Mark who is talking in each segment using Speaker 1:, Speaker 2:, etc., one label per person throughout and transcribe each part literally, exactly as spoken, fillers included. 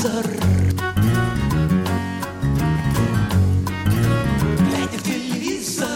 Speaker 1: телевизор. Глядя в телевизор.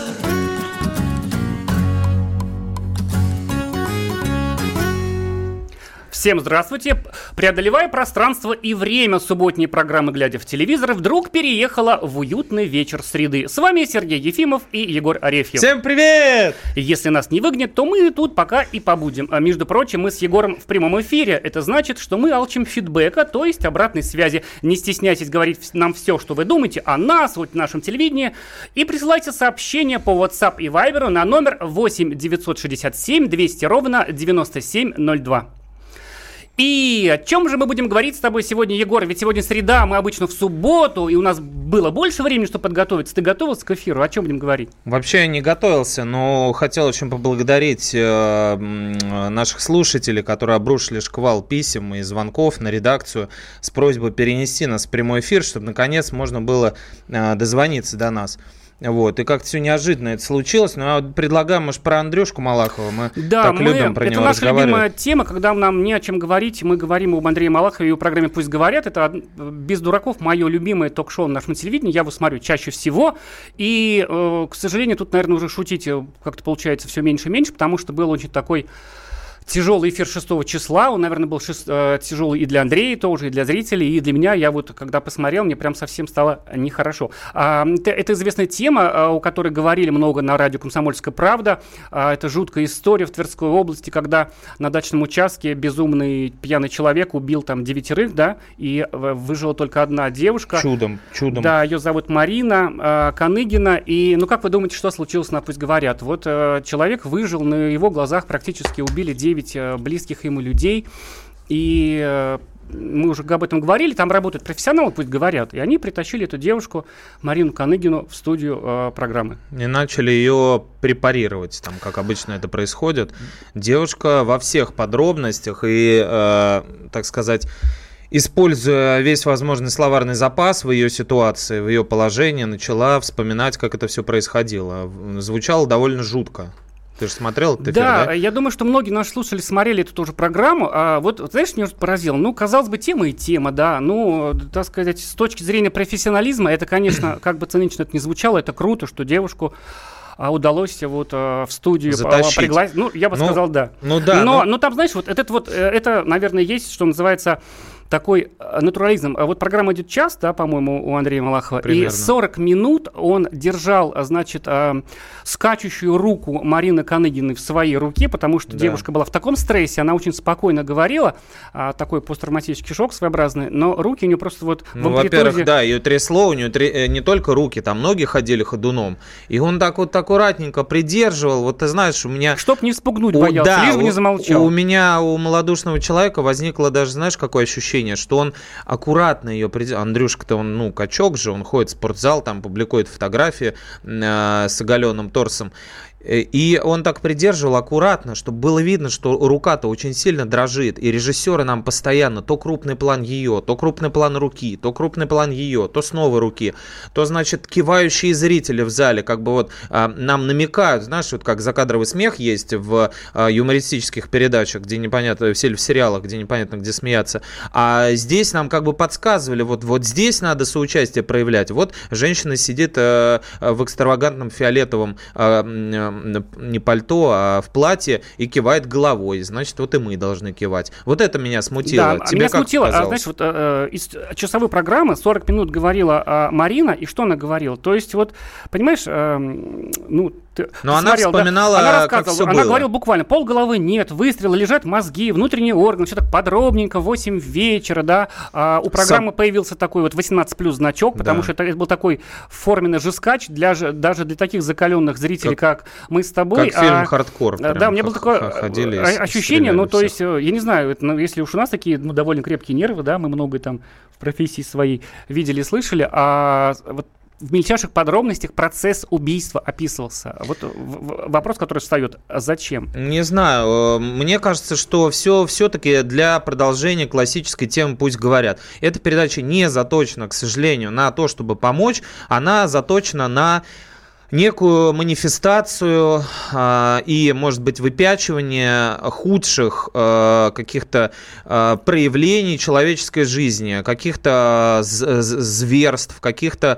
Speaker 2: Всем здравствуйте! Преодолевая пространство и время, субботней программы «Глядя в телевизор» вдруг переехала в уютный вечер среды. С вами Сергей Ефимов и Егор Арефьев.
Speaker 3: Всем привет!
Speaker 2: Если нас не выгонят, то мы тут пока и побудем. А между прочим, мы с Егором в прямом эфире. Это значит, что мы алчим фидбэка, то есть обратной связи. Не стесняйтесь говорить нам все, что вы думаете о нас, о нашем телевидении. И присылайте сообщения по WhatsApp и Viber на номер восемь девятьсот шестьдесят семь двести ровно девяносто семь ноль два. И о чем же мы будем говорить с тобой сегодня, Егор? Ведь сегодня среда, мы обычно в субботу, и у нас было больше времени, чтобы подготовиться. Ты готовился к эфиру? О чем будем говорить?
Speaker 3: Вообще я не готовился, но хотел очень поблагодарить э, наших слушателей, которые обрушили шквал писем и звонков на редакцию с просьбой перенести нас в прямой эфир, чтобы наконец можно было э, дозвониться до нас. Вот, и как-то все неожиданно это случилось. Но я предлагаю, может, про Андрюшку Малахова. Мы
Speaker 2: да,
Speaker 3: так
Speaker 2: мы,
Speaker 3: любим про
Speaker 2: это
Speaker 3: него
Speaker 2: наша
Speaker 3: разговаривать.
Speaker 2: любимая тема, когда нам не о чем говорить. Мы говорим об Андрее Малахове и о программе «Пусть говорят». Это без дураков мое любимое ток-шоу на нашем телевидении. Я его смотрю чаще всего. И, э, к сожалению, тут, наверное, уже шутить как-то получается все меньше и меньше, потому что был очень такой... тяжелый эфир шестого числа, он, наверное, был шест... тяжелый и для Андрея тоже, и для зрителей, и для меня. Я вот, когда посмотрел, мне прям совсем стало нехорошо. А, это, это известная тема, о которой говорили много на радио «Комсомольская правда». А, это жуткая история в Тверской области, когда на дачном участке безумный пьяный человек убил там девятерых, да, и выжила только одна девушка.
Speaker 3: Чудом, чудом.
Speaker 2: Да, ее зовут Марина а, Каныгина. И, ну, как вы думаете, что случилось на «Пусть говорят»? Вот а, человек выжил, на его глазах практически убили девять близких ему людей, и э, мы уже об этом говорили, там работают профессионалы, пусть говорят, и они притащили эту девушку, Марину Каныгину, в студию э, программы.
Speaker 3: И начали ее препарировать, там, как обычно это происходит. Девушка во всех подробностях и, э, так сказать, используя весь возможный словарный запас в ее ситуации, в ее положении, начала вспоминать, как это все происходило. Звучало довольно жутко. Ты же смотрел этот эфир,
Speaker 2: да?
Speaker 3: Да,
Speaker 2: я думаю, что многие наши слушатели смотрели эту тоже программу. А вот, знаешь, меня поразило. Ну, казалось бы, тема и тема, да. Ну, так сказать, с точки зрения профессионализма, это, конечно, как бы цинично это ни звучало, это круто, что девушку а удалось вот а, в студию
Speaker 3: затащить.
Speaker 2: Пригласить. Ну, я бы ну, сказал, да.
Speaker 3: Ну, да.
Speaker 2: Но,
Speaker 3: но...
Speaker 2: но там, знаешь, вот этот вот, это, наверное, есть, что называется... такой натурализм. Вот программа идет час, да, по-моему, у Андрея Малахова. Примерно. И сорок минут он держал, значит, э, скачущую руку Марины Каныгиной в своей руке, потому что да. девушка была в таком стрессе, она очень спокойно говорила, э, такой посттравматический шок своеобразный, но руки у нее просто вот
Speaker 3: ну,
Speaker 2: в амплитуде...
Speaker 3: во-первых, да, ее трясло, у нее тре... не только руки, там ноги ходили ходуном, и он так вот аккуратненько придерживал, вот ты знаешь, у меня...
Speaker 2: Чтоб не спугнуть боялся,
Speaker 3: да,
Speaker 2: лишь бы не замолчал.
Speaker 3: У, у меня, у малодушного человека возникло даже, знаешь, какое ощущение, что он аккуратно ее придерживает. Андрюшка-то он, ну, качок же, он ходит в спортзал, там публикует фотографии э, с оголенным торсом. И он так придерживал аккуратно, чтобы было видно, что рука-то очень сильно дрожит. И режиссеры нам постоянно то крупный план ее, то крупный план руки, то крупный план ее, то снова руки, то, значит, кивающие зрители в зале как бы вот а, нам намекают, знаешь, вот как закадровый смех есть в а, юмористических передачах, где непонятно, в сериалах, где непонятно, где смеяться. А здесь нам как бы подсказывали, вот, вот здесь надо соучастие проявлять. Вот женщина сидит а, в экстравагантном фиолетовом а, не пальто, а в платье и кивает головой. Значит, вот и мы должны кивать. Вот это меня смутило.
Speaker 2: Да,
Speaker 3: Тебе
Speaker 2: меня
Speaker 3: как
Speaker 2: смутило. А,
Speaker 3: показалось?
Speaker 2: знаешь, вот э, из часовой программы сорок минут говорила э, Марина, и что она говорила? То есть, вот, понимаешь, э, ну, ты,
Speaker 3: Но
Speaker 2: ты
Speaker 3: она
Speaker 2: смотрел,
Speaker 3: вспоминала,
Speaker 2: да? Она
Speaker 3: как все
Speaker 2: она
Speaker 3: было.
Speaker 2: говорила буквально, полголовы нет, выстрелы, лежат мозги, внутренние органы, все так подробненько, в восемь вечера, да. А у программы Сам... появился такой вот восемнадцать плюс значок, потому да. что это, это был такой форменный жескач для, даже для таких закаленных зрителей, как, как мы с тобой.
Speaker 3: Как фильм
Speaker 2: а,
Speaker 3: «Хардкор».
Speaker 2: Да, у меня было такое ощущение, ну, то есть, я не знаю, это, ну, если уж у нас такие, ну, довольно крепкие нервы, да, мы многое там в профессии своей видели и слышали, а вот в мельчайших подробностях процесс убийства описывался. Вот вопрос, который встает, а зачем?
Speaker 3: Не знаю, мне кажется, что все все-таки для продолжения классической темы «Пусть говорят». Эта передача не заточена, к сожалению, на то, чтобы помочь, она заточена на некую манифестацию э, и, может быть, выпячивание худших э, каких-то э, проявлений человеческой жизни, каких-то з- зверств, каких-то,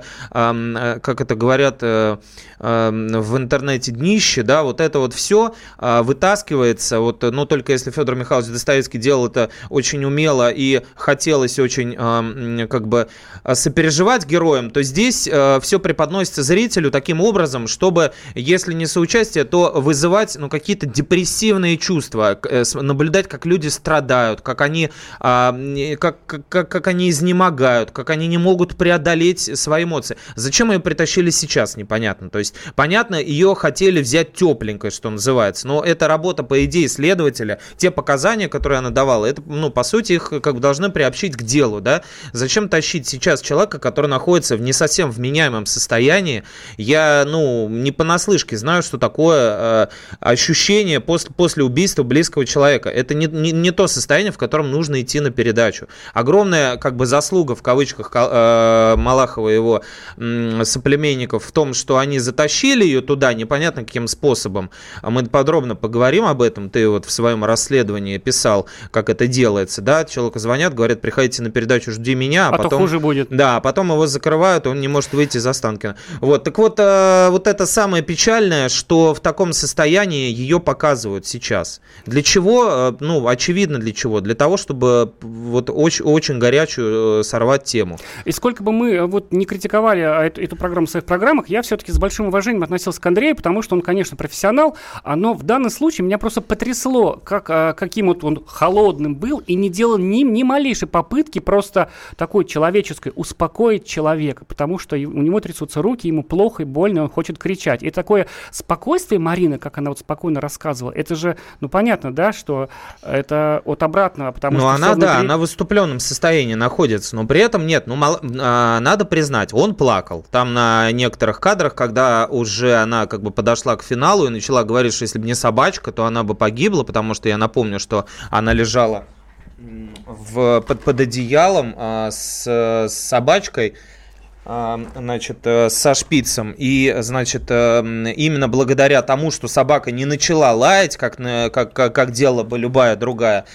Speaker 3: э, как это говорят э, э, в интернете, днище, да, вот это вот все э, вытаскивается, вот, ну, только если Федор Михайлович Достоевский делал это очень умело и хотелось очень, э, как бы, сопереживать героям, то здесь э, все преподносится зрителю таким образом, чтобы, если не соучастие, то вызывать, ну, какие-то депрессивные чувства, наблюдать, как люди страдают, как они, как, как, как они изнемогают, как они не могут преодолеть свои эмоции. Зачем ее притащили сейчас, непонятно. То есть, понятно, ее хотели взять тепленькой, что называется, но эта работа, по идее, следователя, те показания, которые она давала, это, ну, по сути, их как бы должны приобщить к делу, да? Зачем тащить сейчас человека, который находится в не совсем вменяемом состоянии? Я, ну, не понаслышке знаю, что такое э, ощущение после, после убийства близкого человека. Это не, не, не то состояние, в котором нужно идти на передачу. Огромная, как бы, заслуга, в кавычках, э, Малахова и его э, соплеменников в том, что они затащили ее туда, непонятно каким способом. Мы подробно поговорим об этом. Ты вот в своем расследовании писал, как это делается, да? Человеку звонят, говорят, приходите на передачу, жди меня, а,
Speaker 2: а
Speaker 3: потом...
Speaker 2: то хуже будет.
Speaker 3: Да, а потом его закрывают, он не может выйти из Останкино. Вот, так вот, э, вот это самое печальное, что в таком состоянии ее показывают сейчас. Для чего? Ну, очевидно для чего. Для того, чтобы вот очень, очень горячую сорвать тему.
Speaker 2: И сколько бы мы вот не критиковали эту, эту программу в своих программах, я все-таки с большим уважением относился к Андрею, потому что он, конечно, профессионал, но в данном случае меня просто потрясло, как, каким вот он холодным был и не делал ни, ни малейшей попытки просто такой человеческой успокоить человека, потому что у него трясутся руки, ему плохо и больно, он хочет кричать. И такое спокойствие Марины, как она вот спокойно рассказывала, это же, ну, понятно, да, что это от обратного, потому
Speaker 3: ну,
Speaker 2: что...
Speaker 3: она,
Speaker 2: внутри...
Speaker 3: да, она в выступленном состоянии находится, но при этом нет, ну, мало, а, надо признать, он плакал. Там на некоторых кадрах, когда уже она как бы подошла к финалу и начала говорить, что если бы не собачка, то она бы погибла, потому что я напомню, что она лежала в, под, под одеялом а, с, с собачкой, значит, со шпицем, и, значит, именно благодаря тому, что собака не начала лаять, как, как, как делала бы любая другая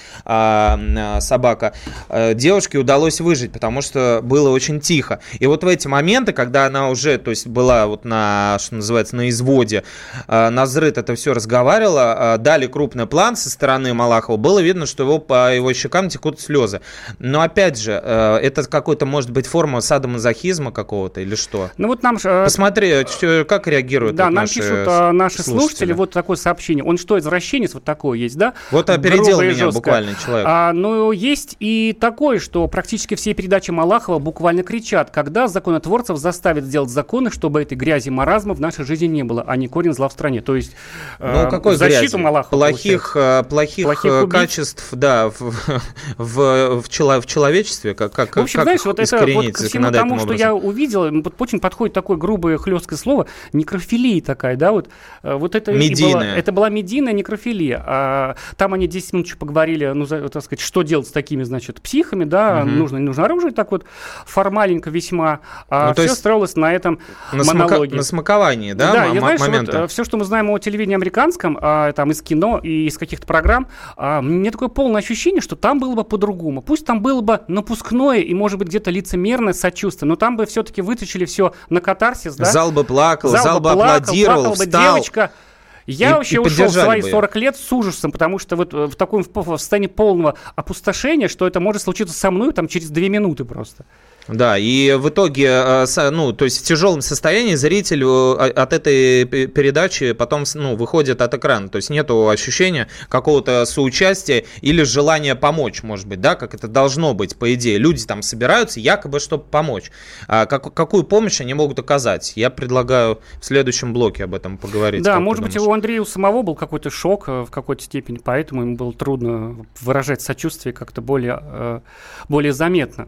Speaker 3: собака, девушке удалось выжить, потому что было очень тихо. И вот в эти моменты, когда она уже, то есть, была вот на, что называется, на изводе, назрыт это все разговаривала, дали крупный план со стороны Малахова, было видно, что его, по его щекам текут слезы. Но, опять же, это какой-то, может быть, форма садомазохизма какого-то или что?
Speaker 2: Ну вот нам...
Speaker 3: Посмотри, как реагируют
Speaker 2: да,
Speaker 3: вот
Speaker 2: нам
Speaker 3: наши
Speaker 2: пишут а, наши
Speaker 3: слушатели.
Speaker 2: слушатели, вот такое сообщение. Он что, извращенец? Вот такое есть, да?
Speaker 3: Вот опередил меня жестко. Буквально человек.
Speaker 2: А, но есть и такое, что практически все передачи Малахова буквально кричат, когда законотворцев заставят сделать законы, чтобы этой грязи и маразма в нашей жизни не было, а не корень зла в стране. То есть
Speaker 3: ну, какой
Speaker 2: защиту
Speaker 3: грязи?
Speaker 2: Малахова
Speaker 3: Плохих, плохих, плохих качеств, да, в, в, в, чело, в человечестве, как, как,
Speaker 2: в общем,
Speaker 3: как
Speaker 2: знаешь, вот это вот ко всему тому,
Speaker 3: образом.
Speaker 2: Что я увидел, очень подходит такое грубое, хлесткое слово, некрофилия такая, да, вот, вот это, была, это была медийная некрофилия. А там они десять минут еще поговорили, ну, за, так сказать, что делать с такими, значит, психами, да, угу. нужно, не нужно оружие, так вот, формаленько весьма, а ну, все строилось на этом
Speaker 3: на
Speaker 2: монологе.
Speaker 3: Смака, на смаковании, да,
Speaker 2: да,
Speaker 3: м-
Speaker 2: я, знаешь,
Speaker 3: момента.
Speaker 2: Вот, все, что мы знаем о телевидении американском, а, там, из кино и из каких-то программ, а, мне такое полное ощущение, что там было бы по-другому. Пусть там было бы напускное и, может быть, где-то лицемерное сочувствие, но там бы все-таки вытащили все на катарсис, да?
Speaker 3: Зал бы плакал, зал,
Speaker 2: зал
Speaker 3: бы
Speaker 2: плакал,
Speaker 3: аплодировал,
Speaker 2: плакала бы
Speaker 3: встал.
Speaker 2: Девочка. Я
Speaker 3: и,
Speaker 2: вообще
Speaker 3: и
Speaker 2: ушел в свои
Speaker 3: бы.
Speaker 2: сорок лет с ужасом, потому что вот в таком в состоянии полного опустошения, что это может случиться со мной там через две минуты просто.
Speaker 3: Да, и в итоге, ну, то есть в тяжелом состоянии зритель от этой передачи потом, ну, выходит от экрана. То есть нету ощущения какого-то соучастия или желания помочь, может быть, да, как это должно быть, по идее. Люди там собираются якобы, чтобы помочь. А как, какую помощь они могут оказать? Я предлагаю в следующем блоке об этом поговорить.
Speaker 2: Да, может быть, у Андрея у самого был какой-то шок в какой-то степени, поэтому ему было трудно выражать сочувствие как-то более, более заметно.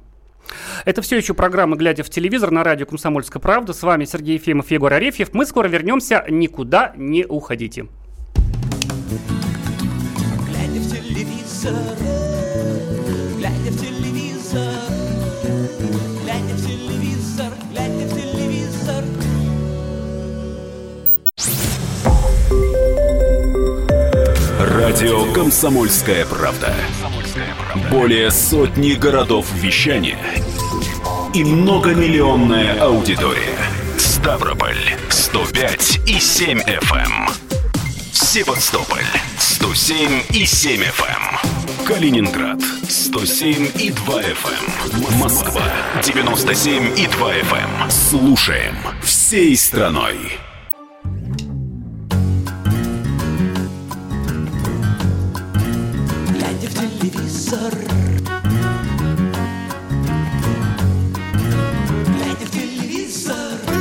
Speaker 2: Это все еще программа «Глядя в телевизор» на радио «Комсомольская правда». С вами Сергей Ефимов и Егор Арефьев. Мы скоро вернемся. Никуда не уходите.
Speaker 1: Глядя в телевизор, глядя в телевизор, глядя в телевизор, глядя в телевизор.
Speaker 4: Радио «Комсомольская правда». Более сотни городов вещания и многомиллионная аудитория. Ставрополь сто пять и семь эф эм. Севастополь сто семь и семь эф эм. Калининград сто семь и два эф эм. Москва девяносто семь и два эф эм. Слушаем всей страной.
Speaker 1: Глядя в телевизор, глядя в телевизор.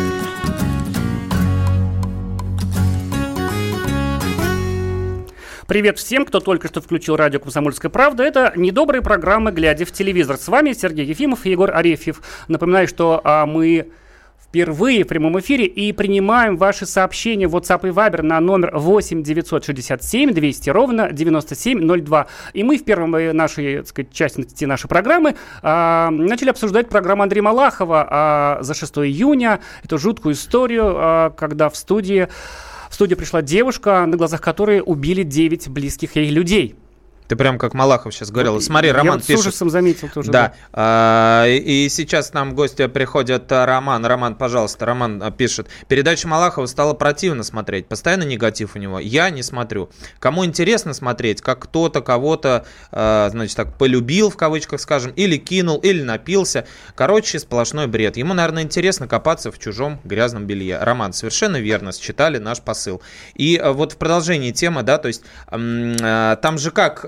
Speaker 2: Привет всем, кто только что включил радио «Комсомольская правда». Это недобрые программы «Глядя в телевизор». С вами Сергей Ефимов и Егор Арефьев. Напоминаю, что а, мы впервые в прямом эфире и принимаем ваши сообщения в WhatsApp и Viber на номер восемь девятьсот шестьдесят семь двести ровно девяносто семь ноль два. И мы в первой нашей, так сказать, части нашей программы а, начали обсуждать программу Андрея Малахова а, за шестое июня. Эту жуткую историю, а, когда в студии... В студию пришла девушка, на глазах которой убили девять близких ей людей.
Speaker 3: Ты прям как Малахов сейчас говорил. Смотри, Роман
Speaker 2: Я вот
Speaker 3: пишет.
Speaker 2: с ужасом заметил тоже.
Speaker 3: Да.
Speaker 2: да.
Speaker 3: А, и сейчас нам в гости приходит Роман. Роман, пожалуйста, Роман пишет. Передачу Малахова стало противно смотреть. Постоянно негатив у него. Я не смотрю. Кому интересно смотреть, как кто-то кого-то, а, значит, так, полюбил, в кавычках скажем, или кинул, или напился. Короче, сплошной бред. Ему, наверное, интересно копаться в чужом грязном белье. Роман, совершенно верно, считали наш посыл. И а, вот в продолжении темы, да, то есть а, там же как...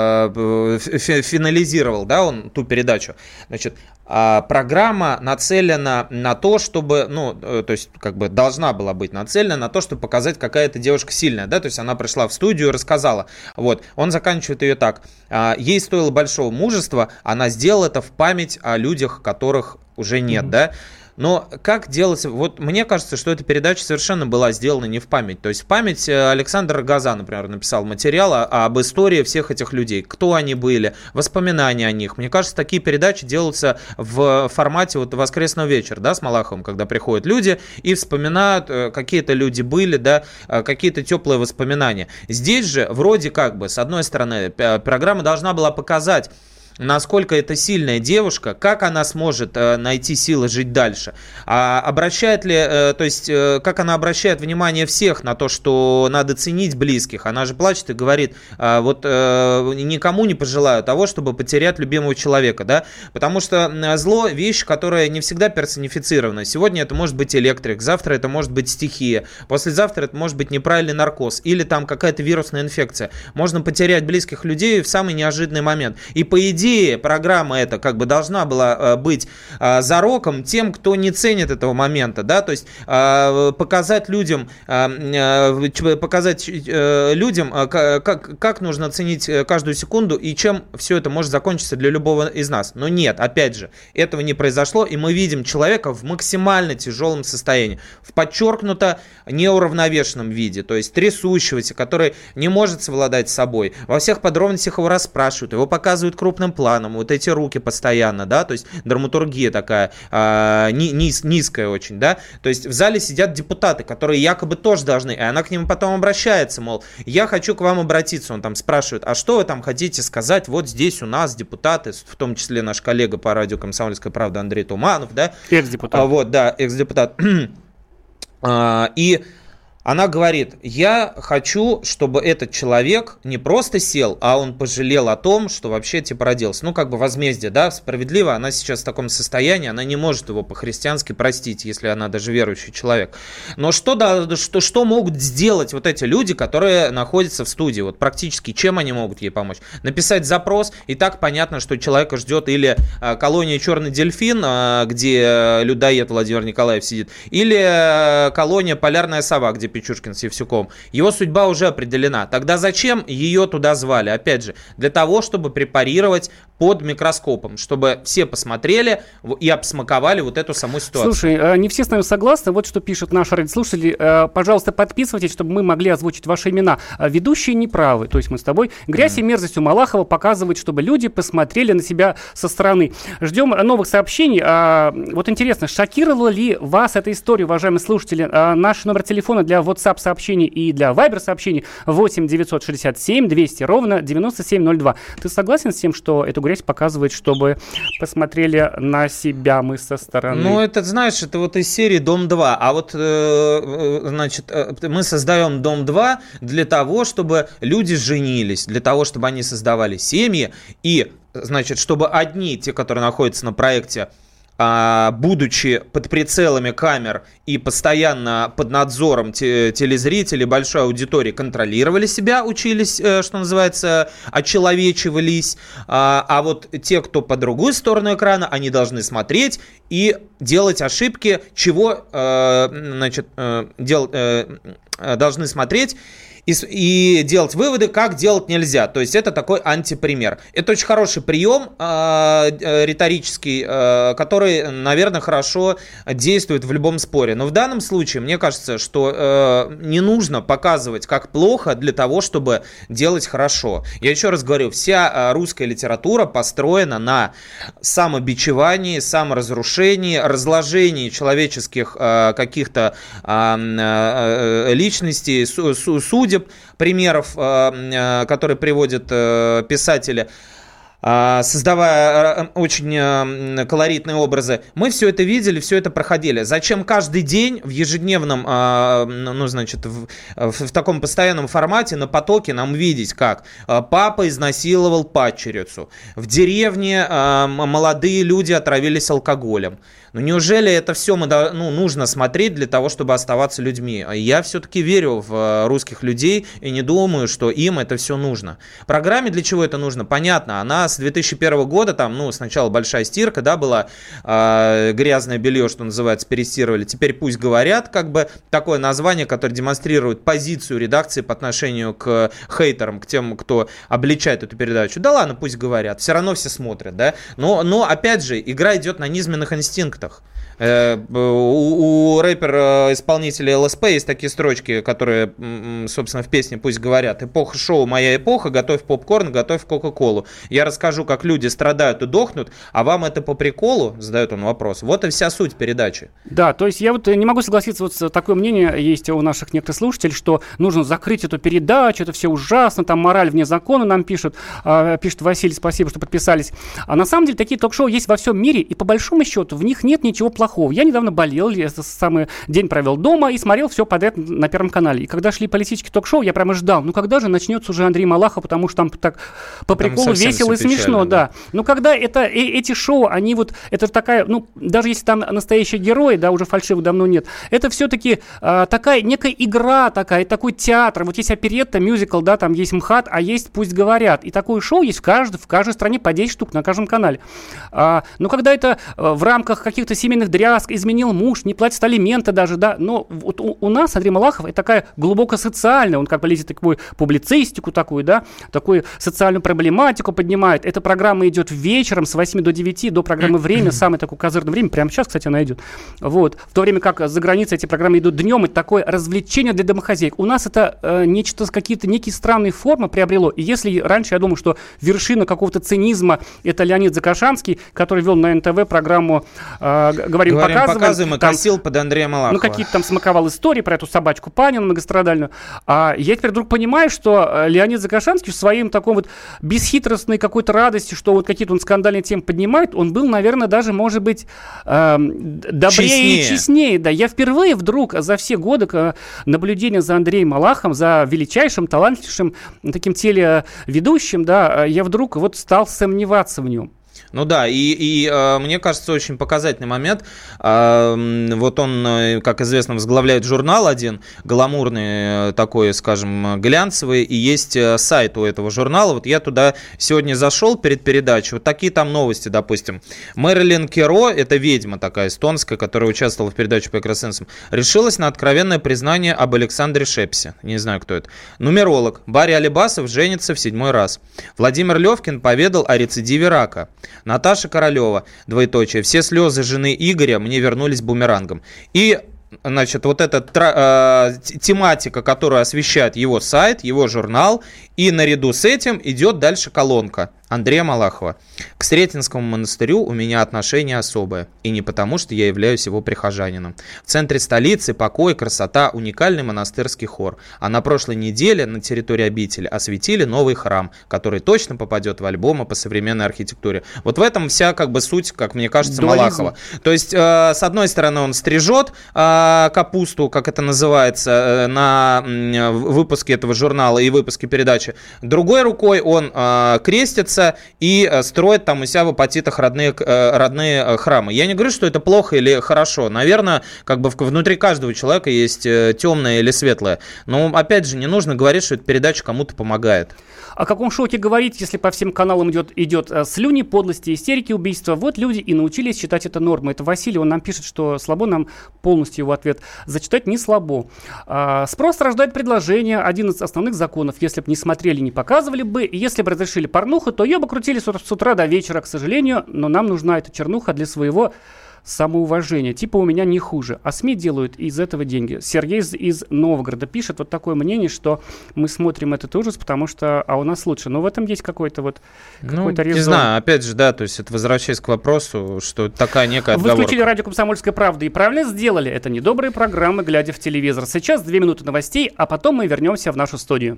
Speaker 3: финализировал, да, он ту передачу. Значит, программа нацелена на то, чтобы, ну, то есть, как бы должна была быть нацелена на то, чтобы показать, какая эта девушка сильная, да, то есть она пришла в студию и рассказала. Вот, он заканчивает ее так. Ей стоило большого мужества, она сделала это в память о людях, которых уже нет, mm-hmm. да. Но как делать... Вот мне кажется, что эта передача совершенно была сделана не в память. То есть в память Александр Газа, например, написал материал об истории всех этих людей. Кто они были, воспоминания о них. Мне кажется, такие передачи делаются в формате вот «Воскресного вечера», да, с Малаховым, когда приходят люди и вспоминают, какие-то люди были, да, какие-то теплые воспоминания. Здесь же вроде как бы, с одной стороны, программа должна была показать, насколько это сильная девушка, как она сможет э, найти силы жить дальше. А обращает ли, э, то есть, э, как она обращает внимание всех на то, что надо ценить близких. Она же плачет и говорит, э, вот э, никому не пожелаю того, чтобы потерять любимого человека, да, потому что зло — вещь, которая не всегда персонифицирована. Сегодня это может быть электрик, завтра это может быть стихия, послезавтра это может быть неправильный наркоз или там какая-то вирусная инфекция. Можно потерять близких людей в самый неожиданный момент. И по идее Идея, программа эта как бы должна была быть а, зароком тем, кто не ценит этого момента, да, то есть а, показать людям, а, показать а, людям, а, как, как нужно ценить каждую секунду и чем все это может закончиться для любого из нас. Но нет, опять же, этого не произошло, и мы видим человека в максимально тяжелом состоянии, в подчеркнуто неуравновешенном виде, то есть трясущегося, который не может совладать с собой. Во всех подробностях его расспрашивают, его показывают крупным планом, вот эти руки постоянно, да, то есть драматургия такая а, низ, низкая очень, да, то есть в зале сидят депутаты, которые якобы тоже должны, и она к ним потом обращается, мол, я хочу к вам обратиться, он там спрашивает, а что вы там хотите сказать, вот здесь у нас депутаты, в том числе наш коллега по радио «Комсомольская правда» Андрей Туманов, да,
Speaker 2: экс-депутат,
Speaker 3: а, вот, да, экс-депутат, а, и она говорит, я хочу, чтобы этот человек не просто сел, а он пожалел о том, что вообще типа родился. Ну, как бы возмездие, да, справедливо. Она сейчас в таком состоянии, она не может его по-христиански простить, если она даже верующий человек. Но что, да, что, что могут сделать вот эти люди, которые находятся в студии? Вот практически чем они могут ей помочь? Написать запрос, и так понятно, что человека ждет или а, колония «Черный дельфин», а, где людоед Владимир Николаев сидит, или а, колония «Полярная сова», где Печушкин с Евсюковым. Его судьба уже определена. Тогда зачем ее туда звали? Опять же, для того, чтобы препарировать под микроскопом, чтобы все посмотрели и обсмаковали вот эту саму ситуацию.
Speaker 2: Слушай, не все с нами согласны. Вот что пишут наши радиослушатели. Пожалуйста, подписывайтесь, чтобы мы могли озвучить ваши имена. Ведущие неправы. То есть мы с тобой. Грязь mm. и мерзость у Малахова показывает, чтобы люди посмотрели на себя со стороны. Ждем новых сообщений. Вот интересно, шокировала ли вас эта история, уважаемые слушатели? Наш номер телефона для WhatsApp-сообщений и для Viber-сообщений восемь девятьсот шестьдесят семь двести ровно девяносто семь ноль два. Ты согласен с тем, что эту грязь показывает, чтобы посмотрели на себя мы со стороны?
Speaker 3: Ну, это, знаешь, это вот из серии «Дом-два». А вот, э, значит, э, мы создаем «Дом-два» для того, чтобы люди женились, для того, чтобы они создавали семьи. И, значит, чтобы одни, те, которые находятся на проекте, будучи под прицелами камер и постоянно под надзором телезрителей, большой аудитории, контролировали себя, учились, что называется, очеловечивались. А вот те, кто по другую сторону экрана, они должны смотреть и делать ошибки, чего, значит, дел, должны смотреть И, и делать выводы, как делать нельзя. То есть это такой антипример. Это очень хороший прием э, риторический, э, который, наверное, хорошо действует в любом споре. Но в данном случае, мне кажется, что э, не нужно показывать, как плохо, для того, чтобы делать хорошо. Я еще раз говорю, вся русская литература построена на самобичевании, саморазрушении, разложении человеческих э, каких-то э, э, личностей, су- су- судеб, примеров, которые приводят писатели, создавая очень колоритные образы. Мы все это видели, все это проходили. Зачем каждый день в ежедневном, ну, значит, в, в таком постоянном формате на потоке нам видеть, как папа изнасиловал падчерицу, в деревне молодые люди отравились алкоголем. Ну, неужели это все мы, ну, нужно смотреть для того, чтобы оставаться людьми? Я все-таки верю в русских людей и не думаю, что им это все нужно. Программе для чего это нужно? Понятно, она с две тысячи первого года, там, ну, сначала большая стирка, да, была э, грязное белье, что называется, перестирывали. Теперь пусть говорят, как бы, такое название, которое демонстрирует позицию редакции по отношению к хейтерам, к тем, кто обличает эту передачу. Да ладно, пусть говорят, все равно все смотрят, да. Но, но опять же, игра идет на низменных инстинктах. У, у рэпера-исполнителя эл эс пи есть такие строчки, которые, собственно, в песне «Пусть говорят». Эпоха шоу «Моя эпоха», готовь попкорн, готовь кока-колу. Я расскажу, как люди страдают и дохнут, а вам это по приколу? Задает он вопрос. Вот и вся суть передачи.
Speaker 2: Да, то есть я вот не могу согласиться, вот такое мнение есть у наших некоторых слушателей, что нужно закрыть эту передачу, это все ужасно, там мораль вне закона нам пишут, пишет Василий, спасибо, что подписались. А на самом деле такие ток-шоу есть во всем мире, и по большому счету в них нет ничего плохого. Я недавно болел, я самый день провел дома и смотрел все подряд на Первом канале. И когда шли политические ток-шоу, я прямо ждал, ну когда же начнется уже Андрей Малахов, потому что там так по приколу весело и смешно, да. да. Но когда это, э, эти шоу, они вот, это такая, ну даже если там настоящие герои, да, уже фальшивых давно нет, это все-таки э, такая некая игра такая, такой театр. Вот есть оперетта, мюзикл, да, там есть МХАТ, а есть «Пусть говорят». И такое шоу есть в каждой, в каждой стране по десять штук на каждом канале. А, но когда это э, в рамках каких-то семейных дрязг, изменил муж, не платит алименты даже, да, но вот у, у нас Андрей Малахов это такая глубоко социальная, он как бы лезет такую публицистику такую, да, такую социальную проблематику поднимает. Эта программа идет вечером с восьми до девяти, до программы «Время», самое такое козырное время, прямо сейчас, кстати, она идет. Вот. В то время как за границей эти программы идут днем, это такое развлечение для домохозяек. У нас это э, нечто, какие-то некие странные формы приобрело. И если раньше я думал, что вершина какого-то цинизма это Леонид Закашанский, который вел на эн тэ вэ программу э, «Говорим,
Speaker 3: Говорим
Speaker 2: показываем».
Speaker 3: Показываем и косил под Андрея Малахова.
Speaker 2: Ну, какие-то там смаковал истории про эту собачку Панину многострадальную. А я теперь вдруг понимаю, что Леонид Закашанский в своем таком вот бесхитростной какой-то радости, что вот какие-то он скандальные темы поднимает, он был, наверное, даже, может быть, э, добрее честнее. и честнее. Да. Я впервые вдруг за все годы наблюдения за Андреем Малаховым, за величайшим, талантливейшим таким телеведущим, да, я вдруг вот стал сомневаться в нем.
Speaker 3: Ну да, и, и э, мне кажется, очень показательный момент. Э, вот он, э, как известно, возглавляет журнал один, гламурный э, такой, скажем, глянцевый, и есть э, сайт у этого журнала. Вот я туда сегодня зашел перед передачей, вот такие там новости, допустим. Мэрилин Керо, это ведьма такая эстонская, которая участвовала в передаче по экстрасенсам, решилась на откровенное признание об Александре Шепсе. Не знаю, кто это. Нумеролог. Барри Алибасов женится в седьмой раз. Владимир Левкин поведал о рецидиве рака. Наташа Королева, двоеточие, все слезы жены Игоря мне вернулись бумерангом. И, значит, вот эта э, тематика, которую освещает его сайт, его журнал, и наряду с этим идет дальше колонка Андрея Малахова. К Сретенскому монастырю у меня отношение особое. И не потому, что я являюсь его прихожанином. В центре столицы покой, красота, уникальный монастырский хор. А на прошлой неделе на территории обители осветили новый храм, который точно попадет в альбомы по современной архитектуре. Вот в этом вся как бы суть, как мне кажется, дуализм Малахова. То есть, э, с одной стороны, он стрижет э, капусту, как это называется, э, на э, выпуске этого журнала и выпуске передачи. Другой рукой он э, крестится и строит там у себя в апатитах родные, родные храмы. Я не говорю, что это плохо или хорошо. Наверное, как бы внутри каждого человека есть темное или светлое. Но, опять же, не нужно говорить, что эта передача кому-то помогает.
Speaker 2: О каком шоке говорить, если по всем каналам идет, идет слюни, подлости, истерики, убийства? Вот люди и научились считать это нормой. Это Василий, он нам пишет, что слабо, нам полностью его ответ зачитать не слабо. А, спрос рождает предложение, один из основных законов. Если бы не смотрели, не показывали бы, и если бы разрешили порнуху, то ее бы крутили с утра до вечера, к сожалению, но нам нужна эта чернуха для своего самоуважение. Типа у меня не хуже. А СМИ делают из этого деньги. Сергей из, из Новгорода пишет вот такое мнение, что мы смотрим этот ужас, потому что а у нас лучше. Но в этом есть какой-то вот какой-то
Speaker 3: ну,
Speaker 2: резон.
Speaker 3: Не знаю, опять же, да, то есть это возвращаясь к вопросу, что такая некая отговорка.
Speaker 2: Вы включили радио «Комсомольская правда» и правильно сделали. Это недобрые программы, глядя в телевизор. Сейчас две минуты новостей, а потом мы вернемся в нашу студию.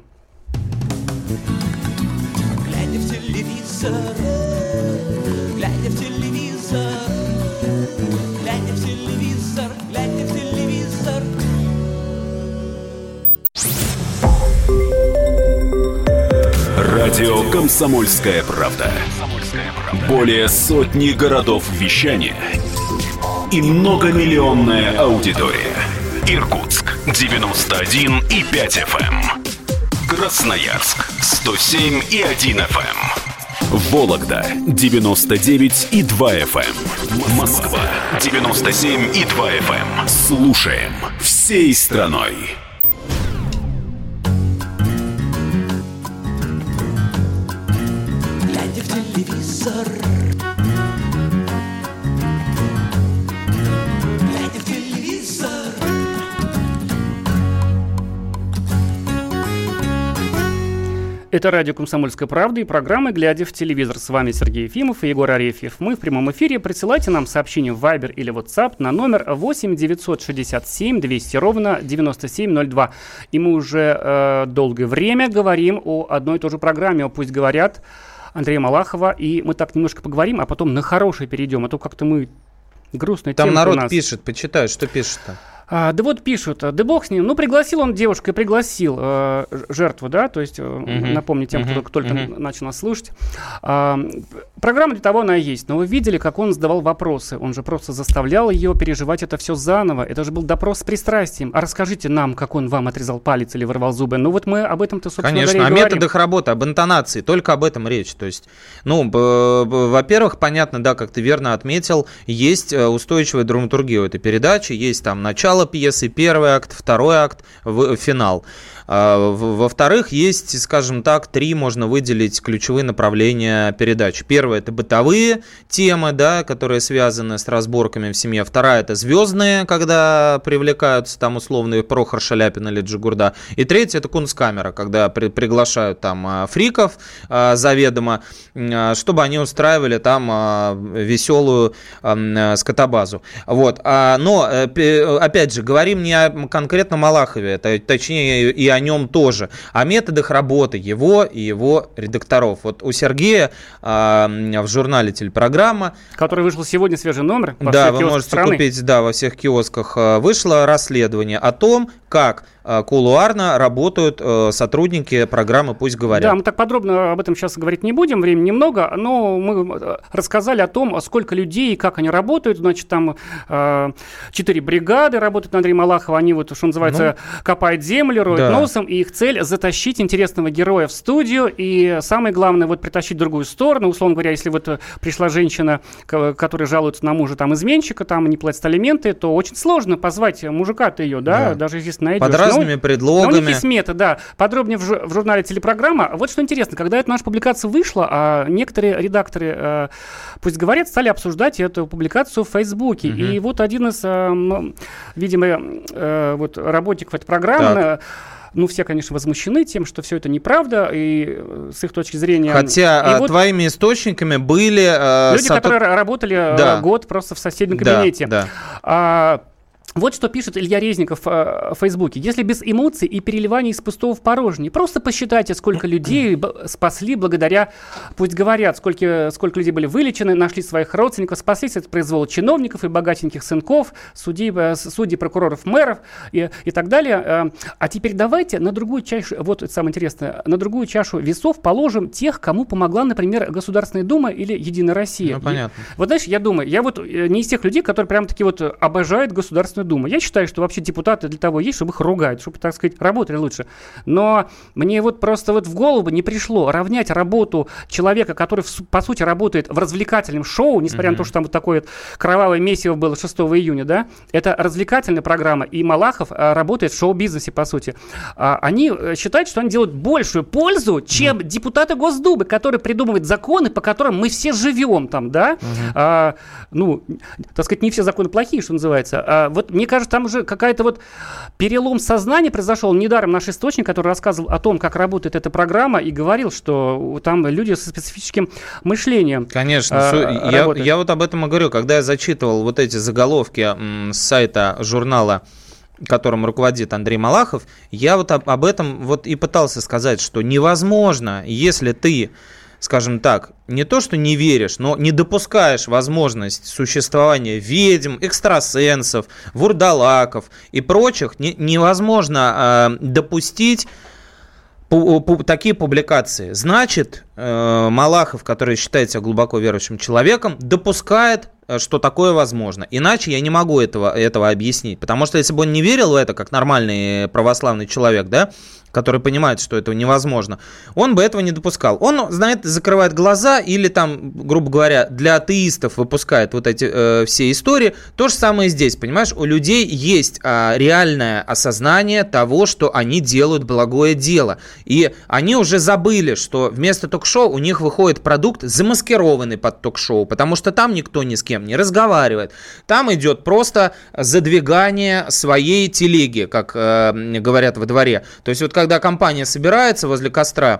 Speaker 1: Глядя в телевизор, глядя в телевизор, глядя в телевизор, глядя в телевизор.
Speaker 4: Радио «Комсомольская правда». Более сотни городов вещания и многомиллионная аудитория. Иркутск девяносто один и пять эф эм. Красноярск сто семь и один эф эм. Вологда девяносто девять и два эф эм. Москва девяносто семь и два эф эм. Слушаем всей страной.
Speaker 1: Глядя в телевизор, глядя в телевизор.
Speaker 2: Это радио «Комсомольская правда» и программа «Глядя в телевизор». С вами Сергей Ефимов и Егор Арефьев. Мы в прямом эфире. Присылайте нам сообщение в Viber или WhatsApp на номер восемь девятьсот шестьдесят семь двести ровно девяносто семь ноль два. И мы уже э, долгое время говорим о одной и той же программе, о «Пусть говорят» Андрея Малахова. И мы так немножко поговорим, а потом на хорошее перейдем. А то как-то мы грустная тема у нас.
Speaker 3: Там народ пишет, почитай, что пишет-то.
Speaker 2: А, да вот пишут, да бог с ним, ну пригласил он девушку и пригласил э, жертву, да, то есть uh-huh. напомню тем, uh-huh. кто только uh-huh. начал нас слушать. А, программа для того она и есть, но вы видели, как он задавал вопросы, он же просто заставлял ее переживать это все заново, это же был допрос с пристрастием. А расскажите нам, как он вам отрезал палец или вырвал зубы, ну вот мы об этом-то, собственно
Speaker 3: Конечно,
Speaker 2: говоря, и
Speaker 3: о
Speaker 2: говорим.
Speaker 3: методах работы, об интонации, только об этом речь, то есть, ну, б- б- во-первых, понятно, да, как ты верно отметил, есть устойчивая драматургия у этой передачи, есть там начало пьесы, первый акт, второй акт, в, финал. Во-вторых, есть, скажем так, три можно выделить ключевые направления передачи. Первое – это бытовые темы, да, которые связаны с разборками в семье. Вторая – это звездные, когда привлекаются там условные Прохор Шаляпин или Джигурда. И третье – это кунсткамера, когда при- приглашают там фриков заведомо, чтобы они устраивали там веселую скотобазу. Вот. Но, опять же, говорим не о конкретно Малахове, точнее и о нем тоже, о методах работы его и его редакторов. Вот у Сергея э, в журнале «Телепрограмма»,
Speaker 2: который вышел сегодня, свежий номер.
Speaker 3: Да, вы можете страны. купить, да, во всех киосках, вышло расследование о том, как кулуарно работают сотрудники программы «Пусть говорят».
Speaker 2: Да, мы так подробно об этом сейчас говорить не будем, времени немного, но мы рассказали о том, сколько людей и как они работают. Значит, там четыре бригады работают на Андрея Малахова, они вот, что называется, ну, копают землю, роют да. носом, и их цель затащить интересного героя в студию, и самое главное, вот притащить в другую сторону. Условно говоря, если вот пришла женщина, которая жалуется на мужа, там, изменщика, там, не платит алименты, то очень сложно позвать мужика-то ее, да, да. даже если найдешь.
Speaker 3: Под разными но, предлогами.
Speaker 2: Но у них есть метод, да. Подробнее в, в журнале «Телепрограмма». Вот что интересно, когда эта наша публикация вышла, а некоторые редакторы, э, пусть говорят, стали обсуждать эту публикацию в Фейсбуке. Угу. И вот один из, э, видимо, э, вот работников этой программы, ну, все, конечно, возмущены тем, что все это неправда, и с их точки зрения...
Speaker 3: Хотя вот твоими источниками были... Э,
Speaker 2: люди, сотруд... которые работали да. год просто в соседнем кабинете.
Speaker 3: Да, да.
Speaker 2: А, вот что пишет Илья Резников э, в Фейсбуке. Если без эмоций и переливаний из пустого в порожнее, просто посчитайте, сколько людей б- спасли благодаря, пусть говорят, сколько, сколько людей были вылечены, нашли своих родственников, спаслись от произвола чиновников и богатеньких сынков, судей, э, судей прокуроров, мэров и, и так далее. Э, а теперь давайте на другую чашу, вот это самое интересное, на другую чашу весов положим тех, кому помогла, например, Государственная Дума или Единая Россия.
Speaker 3: Ну, понятно.
Speaker 2: И, вот знаешь, я думаю, я вот не из тех людей, которые прям-таки вот обожают Государственную Думу. Я считаю, что вообще депутаты для того есть, чтобы их ругать, чтобы, так сказать, работали лучше. Но мне вот просто вот в голову не пришло равнять работу человека, который, по сути, работает в развлекательном шоу, несмотря mm-hmm. на то, что там вот такое вот кровавое месиво было шестого июня, да, это развлекательная программа, и Малахов а, работает в шоу-бизнесе, по сути. А, они считают, что они делают большую пользу, чем mm-hmm. депутаты Госдумы, которые придумывают законы, по которым мы все живем там, да. Mm-hmm. А, ну, так сказать, не все законы плохие, что называется. А, вот мне кажется, там уже какая-то вот перелом сознания произошел. Недаром наш источник, который рассказывал о том, как работает эта программа, и говорил, что там люди со специфическим мышлением.
Speaker 3: Конечно. А, я, я вот об этом и говорю. Когда я зачитывал вот эти заголовки м, с сайта журнала, которым руководит Андрей Малахов, я вот об, об этом вот и пытался сказать, что невозможно, если ты, скажем так, не то, что не веришь, но не допускаешь возможность существования ведьм, экстрасенсов, вурдалаков и прочих, не, невозможно э, допустить пу- пу- такие публикации. Значит, э, Малахов, который считает себя глубоко верующим человеком, допускает, что такое возможно. Иначе я не могу этого, этого объяснить. Потому что если бы он не верил в это, как нормальный православный человек, да, который понимает, что это невозможно, он бы этого не допускал. Он, знаете, закрывает глаза или там, грубо говоря, для атеистов выпускает вот эти э, все истории. То же самое здесь, понимаешь? У людей есть э, реальное осознание того, что они делают благое дело. И они уже забыли, что вместо ток-шоу у них выходит продукт, замаскированный под ток-шоу, потому что там никто ни с кем не разговаривает. Там идет просто задвигание своей телеги, как э, говорят во дворе. То есть вот когда компания собирается возле костра,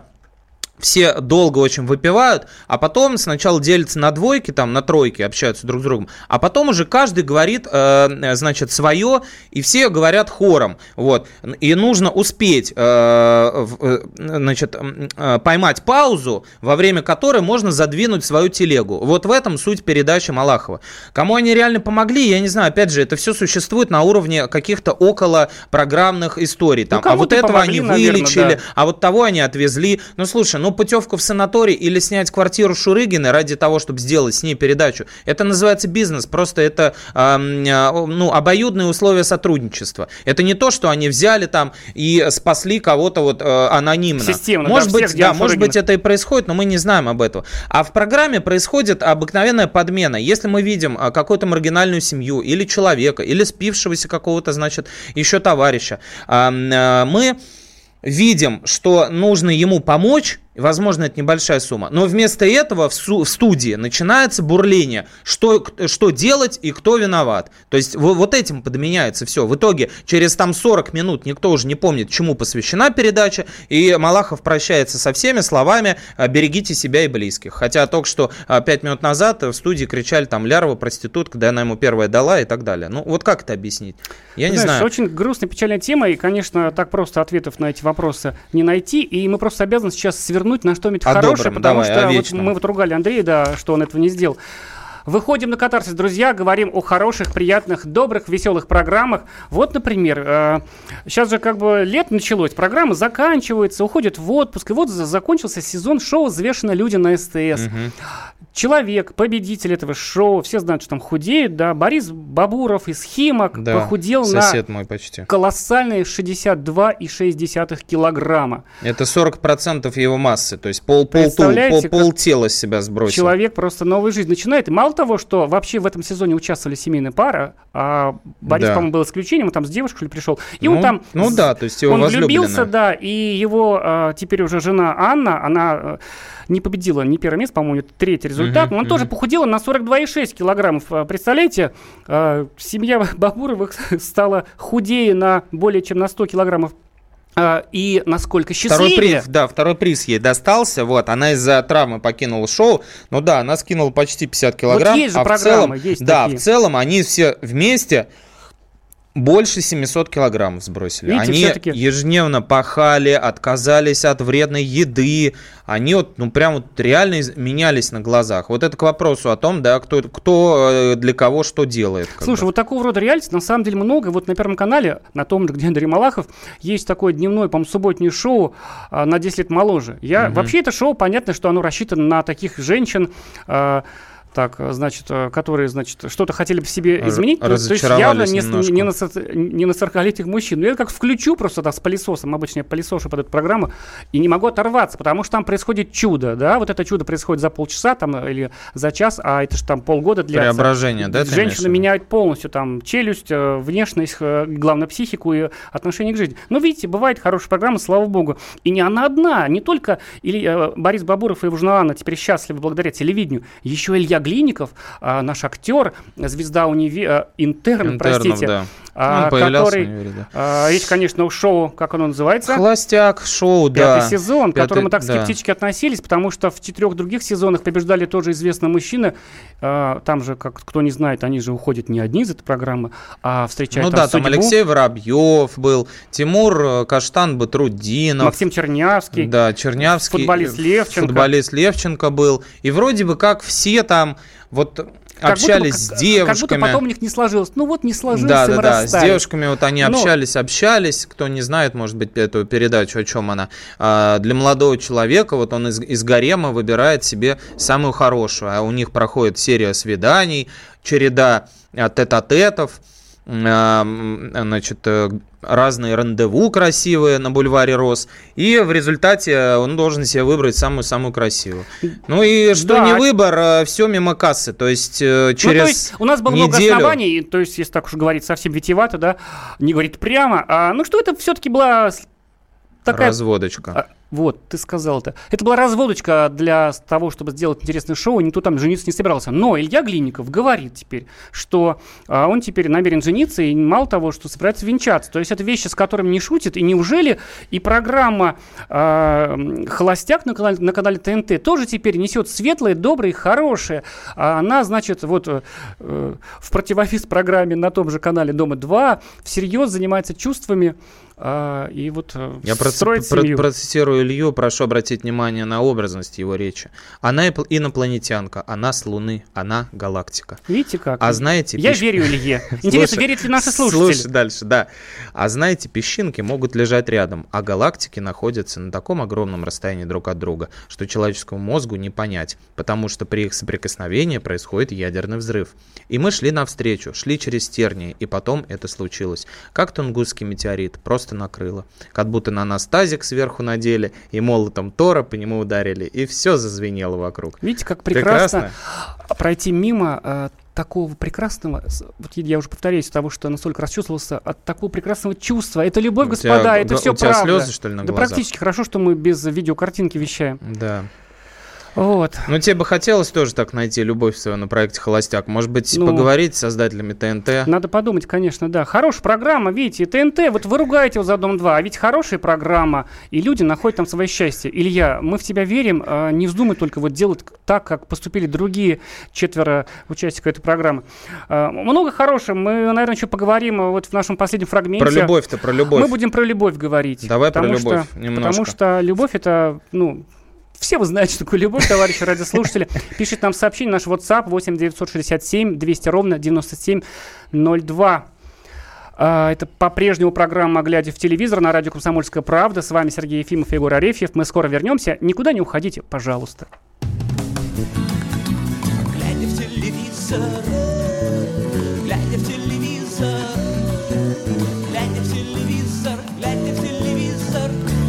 Speaker 3: все долго очень выпивают, а потом сначала делятся на двойки, там, на тройки, общаются друг с другом, а потом уже каждый говорит, э, значит, свое, и все говорят хором, вот, и нужно успеть, э, э, значит, э, поймать паузу, во время которой можно задвинуть свою телегу. Вот в этом суть передачи Малахова. Кому они реально помогли, я не знаю, опять же, это все существует на уровне каких-то около программных историй, там, ну, а вот этого помогли, они вылечили, наверное, да. А вот того они отвезли, ну, слушай, ну, путевку в санаторий или снять квартиру Шурыгина ради того, чтобы сделать с ней передачу, это называется бизнес, просто это э, ну, обоюдные условия сотрудничества. Это не то, что они взяли там и спасли кого-то вот э, анонимно.
Speaker 2: Системно,
Speaker 3: может
Speaker 2: да,
Speaker 3: быть,
Speaker 2: всех,
Speaker 3: да, может быть, это и происходит, но мы не знаем об этом. А в программе происходит обыкновенная подмена. Если мы видим какую-то маргинальную семью или человека, или спившегося какого-то, значит, еще товарища, э, э, мы видим, что нужно ему помочь, возможно, это небольшая сумма, но вместо этого в, су- в студии начинается бурление, что, что делать и кто виноват. То есть в- вот этим подменяется все. В итоге через там сорок минут никто уже не помнит, чему посвящена передача, и Малахов прощается со всеми словами «берегите себя и близких». Хотя только что пять минут назад в студии кричали там «Лярова, проститутка, когда она ему первая дала» и так далее. Ну вот как это объяснить? Я не
Speaker 2: Знаешь,
Speaker 3: знаю.
Speaker 2: Очень грустная, печальная тема, и, конечно, так просто ответов на эти вопросы не найти, и мы просто обязаны сейчас свернуть на что-нибудь
Speaker 3: о
Speaker 2: хорошее,
Speaker 3: добром,
Speaker 2: потому
Speaker 3: давай,
Speaker 2: что вот мы вот ругали Андрея, да, что он этого не сделал. Выходим на катарсис, друзья, говорим о хороших, приятных, добрых, веселых программах. Вот, например, э, сейчас же как бы лето началось, программа заканчивается, уходит в отпуск, и вот за- закончился сезон шоу «Взвешенные люди» на СТС. Человек, победитель этого шоу, все знают, что там худеют, да, Борис Бабуров из «Химок»
Speaker 3: Да,
Speaker 2: похудел
Speaker 3: сосед
Speaker 2: на
Speaker 3: мой почти.
Speaker 2: колоссальные шестьдесят два и шесть десятых килограмма.
Speaker 3: Это сорок процентов его массы, то есть пол, пол,
Speaker 2: Представляете,
Speaker 3: пол, пол тела с себя сбросил.
Speaker 2: Человек просто новую жизнь начинает. И мало того, что вообще в этом сезоне участвовали семейная пара, а Борис,
Speaker 3: Да.
Speaker 2: по-моему, был исключением, он там с девушкой что ли, пришел. И
Speaker 3: Ну,
Speaker 2: он там...
Speaker 3: ну
Speaker 2: с-
Speaker 3: да, то есть его
Speaker 2: он
Speaker 3: возлюбленная.
Speaker 2: влюбился, да, и его а, теперь уже жена Анна, она а, не победила ни первое место, по-моему, это третий результат,
Speaker 3: Мгм,
Speaker 2: но он
Speaker 3: мгм.
Speaker 2: тоже похудел на сорок два и шесть килограммов. А, Представляете, а, семья Бабуровых стала худее на более чем на сто килограммов. А, и насколько
Speaker 3: Второй
Speaker 2: счастливее.
Speaker 3: приз, да, второй приз ей достался. Вот, она из-за травмы покинула шоу. Ну да, она скинула почти пятьдесят килограмм.
Speaker 2: есть же
Speaker 3: а в
Speaker 2: программы,
Speaker 3: целом,
Speaker 2: есть
Speaker 3: да,
Speaker 2: такие.
Speaker 3: в целом они все вместе больше семьсот килограммов сбросили.
Speaker 2: Видите,
Speaker 3: Они
Speaker 2: всё-таки-
Speaker 3: ежедневно пахали, отказались от вредной еды. Они вот, ну, прям вот реально из- менялись на глазах. Вот это к вопросу о том, да, кто, кто э, для кого что делает. как
Speaker 2: Слушай,
Speaker 3: бы.
Speaker 2: вот такого рода реалити на самом деле много. Вот на Первом канале, на том же, где Андрей Малахов, есть такое дневное, по-моему, субботнее шоу а, на десять лет моложе. Я,
Speaker 3: Мгм.
Speaker 2: Вообще это шоу, понятно, что оно рассчитано на таких женщин, а, так, значит, а, которые, значит, что-то хотели бы в себе
Speaker 3: Р-
Speaker 2: изменить. То, то есть явно
Speaker 3: разочаровались
Speaker 2: не, с-
Speaker 3: немножко.
Speaker 2: не на, соци- не на сорокалетних мужчин. Ну, я как включу просто так с пылесосом, обычно я пылесошу под эту программу, и не могу оторваться, потому что там происходит чудо, да, вот это чудо происходит за полчаса там или за час, а это же там полгода длится.
Speaker 3: Преображение, да, ты имеешь в
Speaker 2: Женщина
Speaker 3: виду?
Speaker 2: меняет полностью там челюсть, э, внешность, э, главное, психику и отношение к жизни. Но видите, бывает хорошая программа, слава богу. И не она одна, не только или, э, Борис Бабуров и его жена Анна теперь счастливы благодаря телевидению. Еще Илья Глиников, э, наш актер, звезда универ... э, интерн,
Speaker 3: Интернов,
Speaker 2: простите,
Speaker 3: да.
Speaker 2: а,
Speaker 3: Он появлялся
Speaker 2: который...
Speaker 3: в универе, да.
Speaker 2: э, речь, конечно, о шоу, как оно называется?
Speaker 3: Холостяк, шоу, да.
Speaker 2: Пятый сезон, к
Speaker 3: Пятый-
Speaker 2: которому мы так
Speaker 3: да.
Speaker 2: скептически относились, потому что в четырех других сезонах побеждали тоже известные мужчины. А, там же, как кто не знает, они же уходят не одни из этой программы, а встречают
Speaker 3: Ну
Speaker 2: там
Speaker 3: да, там
Speaker 2: судьбу.
Speaker 3: Алексей Воробьев был, Тимур э, Каштан Батрудинов.
Speaker 2: Максим Чернявский.
Speaker 3: Да, Чернявский.
Speaker 2: Футболист
Speaker 3: э,
Speaker 2: Левченко.
Speaker 3: Футболист Левченко был. И вроде бы как все там вот
Speaker 2: Как
Speaker 3: общались
Speaker 2: будто бы,
Speaker 3: с
Speaker 2: как-
Speaker 3: девушками.
Speaker 2: Как будто потом у них не сложилось. Ну вот не сложилось,
Speaker 3: Да,
Speaker 2: и
Speaker 3: да,
Speaker 2: мы
Speaker 3: да. С
Speaker 2: расстались.
Speaker 3: девушками вот они
Speaker 2: Ну.
Speaker 3: общались, общались. Кто не знает, может быть, эту передачу, о чем она. А, для молодого человека, вот он из, из гарема выбирает себе самую хорошую. А у них проходит серия свиданий, череда а, тет-а-тетов, а, м, значит, э, разные рандеву красивые на бульваре Рос. И в результате он должен себе выбрать самую-самую красивую. Ну и что
Speaker 2: Да.
Speaker 3: не выбор, все мимо кассы. То есть э,
Speaker 2: Ну,
Speaker 3: через
Speaker 2: то есть у нас было много
Speaker 3: неделю-
Speaker 2: оснований, то есть, если так уж говорить совсем витиевато, да, не говорить прямо, а, ну что это все-таки была с- такая...
Speaker 3: разводочка.
Speaker 2: А, вот, ты сказал это. Это была разводочка для того, чтобы сделать интересное шоу, никто там жениться не собирался. Но Илья Глиников говорит теперь, что а, он теперь намерен жениться, и мало того, что собирается венчаться. То есть это вещи, с которыми не шутит. И неужели и программа а, «Холостяк» на канале, на канале Т Н Т тоже теперь несет светлое, доброе, хорошее. А она, значит, вот э, э, в противовес программе на том же канале «Дома-два» всерьез занимается чувствами а, и вот э,
Speaker 3: Я проц-
Speaker 2: строит
Speaker 3: про-
Speaker 2: семью.
Speaker 3: процитирую Илью, прошу обратить внимание на образность его речи. Она ип- инопланетянка, она с Луны, она галактика.
Speaker 2: Видите как?
Speaker 3: А знаете...
Speaker 2: Я
Speaker 3: пищ-
Speaker 2: верю Илье. Интересно,
Speaker 3: Слушай,
Speaker 2: верят ли наши
Speaker 3: Слушай
Speaker 2: слушатели?
Speaker 3: дальше, да. А знаете, песчинки могут лежать рядом, а галактики находятся на таком огромном расстоянии друг от друга, что человеческому мозгу не понять, потому что при их соприкосновении происходит ядерный взрыв. И мы шли навстречу, шли через тернии, и потом это случилось. Как тунгусский метеорит, просто накрыло. Как будто на нас тазик сверху надели, и молотом Тора по нему ударили, и все зазвенело вокруг.
Speaker 2: Видите, как прекрасно,
Speaker 3: Прекрасно.
Speaker 2: пройти мимо э, такого прекрасного, с- вот я уже повторяюсь, того, что настолько расчувствовался, от такого прекрасного чувства. Это любовь,
Speaker 3: У
Speaker 2: господа,
Speaker 3: тебя
Speaker 2: это
Speaker 3: г-
Speaker 2: все
Speaker 3: у тебя
Speaker 2: правда.
Speaker 3: слезы, что ли, на
Speaker 2: да
Speaker 3: глазах?
Speaker 2: практически. Хорошо, что мы без видеокартинки вещаем.
Speaker 3: Да.
Speaker 2: Вот.
Speaker 3: Ну, тебе бы хотелось тоже так найти любовь свою на проекте «Холостяк». Может быть,
Speaker 2: Ну,
Speaker 3: поговорить с создателями Т Н Т?
Speaker 2: Надо подумать, конечно, да. Хорошая программа, видите, Т Н Т, вот вы ругаете его за Дом-два, а ведь хорошая программа, и люди находят там свое счастье. Илья, мы в тебя верим, а, не вздумай только вот делать так, как поступили другие четверо участников этой программы. А, много хорошего, мы, наверное, еще поговорим а, вот в нашем последнем фрагменте.
Speaker 3: Про любовь-то, про любовь.
Speaker 2: Мы будем про любовь говорить.
Speaker 3: Давай про
Speaker 2: потому
Speaker 3: любовь
Speaker 2: что,
Speaker 3: немножко.
Speaker 2: Потому что любовь — это, ну, Все вы знаете, что такое любовь, товарищи радиослушатели. Пишите нам сообщение, наш WhatsApp восемь девятьсот шестьдесят семь двести ровно девяносто семь ноль два. Это по-прежнему программа «Глядя в телевизор» на радио «Комсомольская правда». С вами Сергей Ефимов и Егор Арефьев. Мы скоро вернемся. Никуда не уходите, пожалуйста.
Speaker 1: Глядя в телевизор, глядя в телевизор, глядя в телевизор, глядя в телевизор.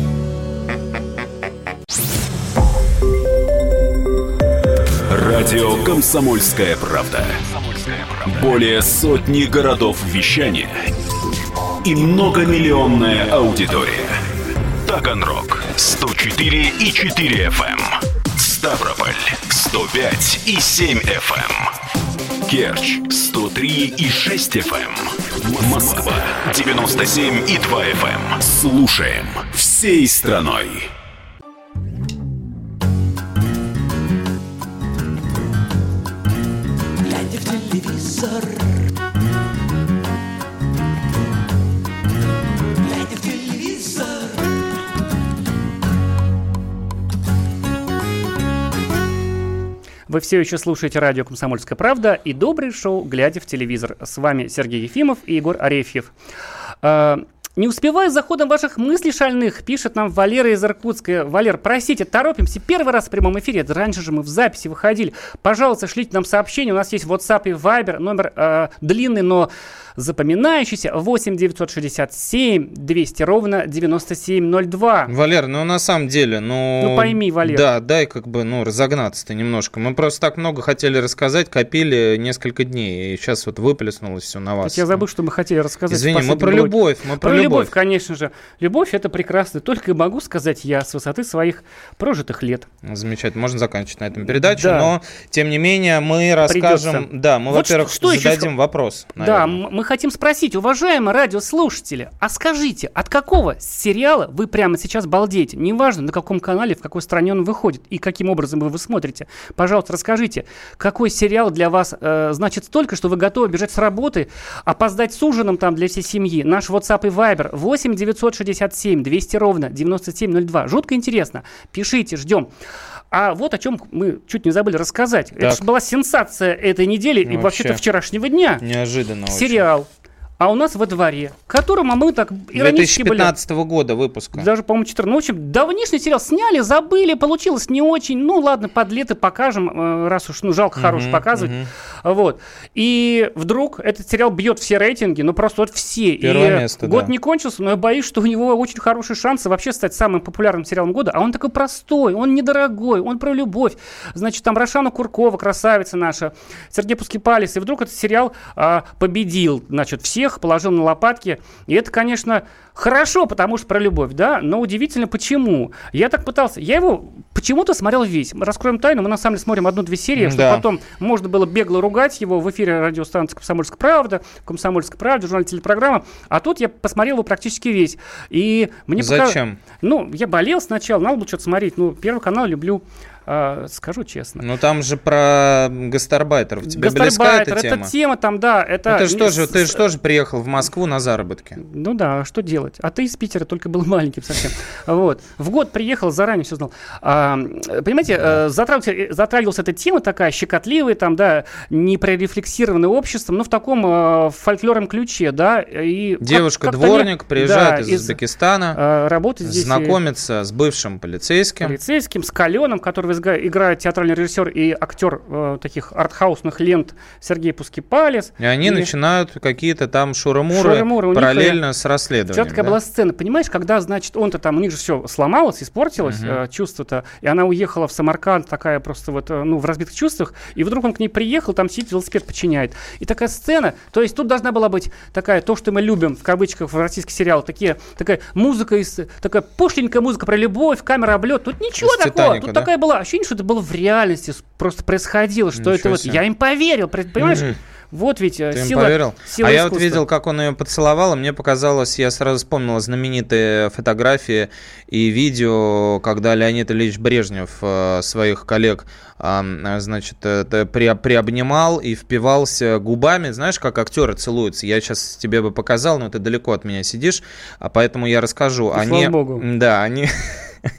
Speaker 4: Радио «Комсомольская правда». Более сотни городов вещания и многомиллионная аудитория. Таганрог сто четыре и четыре эф эм, Ставрополь сто пять и семь эф эм, Керчь сто три и шесть эф эм, Москва девяносто семь и два эф эм. Слушаем всей страной.
Speaker 1: Глядя в телевизор, глядя в телевизор.
Speaker 2: Вы все еще слушаете радио «Комсомольская правда» и доброе шоу «Глядя в телевизор». С вами Сергей Ефимов и Егор Арефьев. Не успеваю за ходом ваших мыслей шальных, пишет нам Валера из Иркутска. Валер, простите, торопимся. Первый раз в прямом эфире. Это раньше же мы в записи выходили. Пожалуйста, шлите нам сообщения. У нас есть WhatsApp и Viber. Номер э, длинный, но запоминающийся. восемь девятьсот шестьдесят семь двести ровно девяносто семь ноль два.
Speaker 3: Валер, ну на самом деле, ну...
Speaker 2: Ну пойми, Валер.
Speaker 3: Да, дай как бы, ну, разогнаться-то немножко. Мы просто так много хотели рассказать, копили несколько дней. И сейчас вот выплеснулось все на вас.
Speaker 2: Так я забыл, что мы хотели рассказать.
Speaker 3: Извини, мы про любовь. Мы про,
Speaker 2: про любовь.
Speaker 3: любовь,
Speaker 2: конечно же. Любовь — это прекрасно. Только и могу сказать я с высоты своих прожитых лет.
Speaker 3: Замечательно. Можно заканчивать на этом передачу.
Speaker 2: Да.
Speaker 3: Но, тем не менее, мы расскажем...
Speaker 2: Придется.
Speaker 3: Да, мы,
Speaker 2: Вот
Speaker 3: во-первых,
Speaker 2: что, что
Speaker 3: зададим
Speaker 2: еще...
Speaker 3: вопрос.
Speaker 2: Да,
Speaker 3: наверное.
Speaker 2: мы хотим спросить, уважаемые радиослушатели, а скажите, от какого сериала вы прямо сейчас балдеете? Неважно, на каком канале, в какой стране он выходит и каким образом вы его смотрите. Пожалуйста, расскажите, какой сериал для вас э, значит столько, что вы готовы бежать с работы, опоздать с ужином там для всей семьи. Наш WhatsApp и Viber восемь девятьсот шестьдесят семь двести ровно девяносто семь ноль два. Жутко интересно. Пишите, ждем. А вот о чем мы чуть не забыли рассказать. Так. Это же была сенсация этой недели и вообще-то вчерашнего дня.
Speaker 3: Неожиданно.
Speaker 2: Сериал. Очень. А у нас во дворе, которому мы так иронически были...
Speaker 3: две тысячи пятнадцатого года выпуска.
Speaker 2: Даже, по-моему, четырнадцатого. Ну, в общем, давнишний сериал сняли, забыли, получилось не очень. Ну, ладно, под лето покажем, раз уж, ну, жалко, uh-huh, хороший показывать. Uh-huh. Вот. И вдруг этот сериал бьет все рейтинги, ну, просто вот все.
Speaker 3: Первое
Speaker 2: и
Speaker 3: место,
Speaker 2: год
Speaker 3: да.
Speaker 2: не кончился, но я боюсь, что у него очень хорошие шансы вообще стать самым популярным сериалом года. А он такой простой, он недорогой, он про любовь. Значит, там Рошана Куркова, красавица наша, Сергей Пускипалис. И вдруг этот сериал а, победил, значит, всех, положил на лопатки. И это, конечно, хорошо, потому что про любовь, да, но удивительно, почему. Я так пытался, я его почему-то смотрел весь. Раскроем тайну, мы на самом деле смотрим одну-две серии, да. Чтобы потом можно было бегло ругать его в эфире радиостанции «Комсомольская правда», «Комсомольская правда», журнал «Телепрограмма». А тут я посмотрел его практически весь. И мне
Speaker 3: Зачем?
Speaker 2: Пока... Ну, я болел сначала, надо было что-то смотреть. Ну, Первый канал люблю. Uh, скажу честно.
Speaker 3: Ну там же про гастарбайтеров. Тебе близка эта тема?
Speaker 2: Это тема там, да. Это...
Speaker 3: Ну, ты же тоже, ты же тоже приехал в Москву на заработки.
Speaker 2: Ну да, что делать? А ты из Питера, только был маленьким совсем. Вот. В год приехал, заранее все знал. А, понимаете, да. затрагивалась, затрагивалась эта тема такая щекотливая, там, да, не прорефлексированная обществом, но в таком э, фольклорном ключе, да. И
Speaker 3: девушка-дворник как, приезжает да, из, из Узбекистана,
Speaker 2: э, работает здесь
Speaker 3: знакомится и... с бывшим полицейским.
Speaker 2: Полицейским, с Каленом, который играет театральный режиссер и актер э, таких артхаусных лент Сергей Пускипалис.
Speaker 3: И они и... начинают какие-то там шуры-муры, шуры-муры параллельно них, с расследованием. Вчера
Speaker 2: такая
Speaker 3: да?
Speaker 2: была сцена, понимаешь, когда, значит, он-то там, у них же все сломалось, испортилось, uh-huh. э, чувство-то, и она уехала в Самарканд, такая просто вот, э, ну, в разбитых чувствах, и вдруг он к ней приехал, там сидит, велосипед починяет. И такая сцена, то есть тут должна была быть такая, то, что мы любим, в кавычках, в российских сериалах, такие, такая музыка, из, такая пошленькая музыка про любовь, камера облет, тут ничего из такого, Титаника, тут да? такая была ощущение, что это было в реальности, просто происходило, что Ничего это вот, себе. Я им поверил, понимаешь? Mm-hmm. Вот ведь Ты сила, им поверил?
Speaker 3: Сила а искусства. Я вот видел, как он ее поцеловал, и мне показалось, я сразу вспомнил знаменитые фотографии и видео, когда Леонид Ильич Брежнев э, своих коллег э, значит, э, при, приобнимал и впивался губами, знаешь, как актеры целуются. Я сейчас тебе бы показал, но ты далеко от меня сидишь, а поэтому я расскажу.
Speaker 2: И они,
Speaker 3: слава богу. Да, они...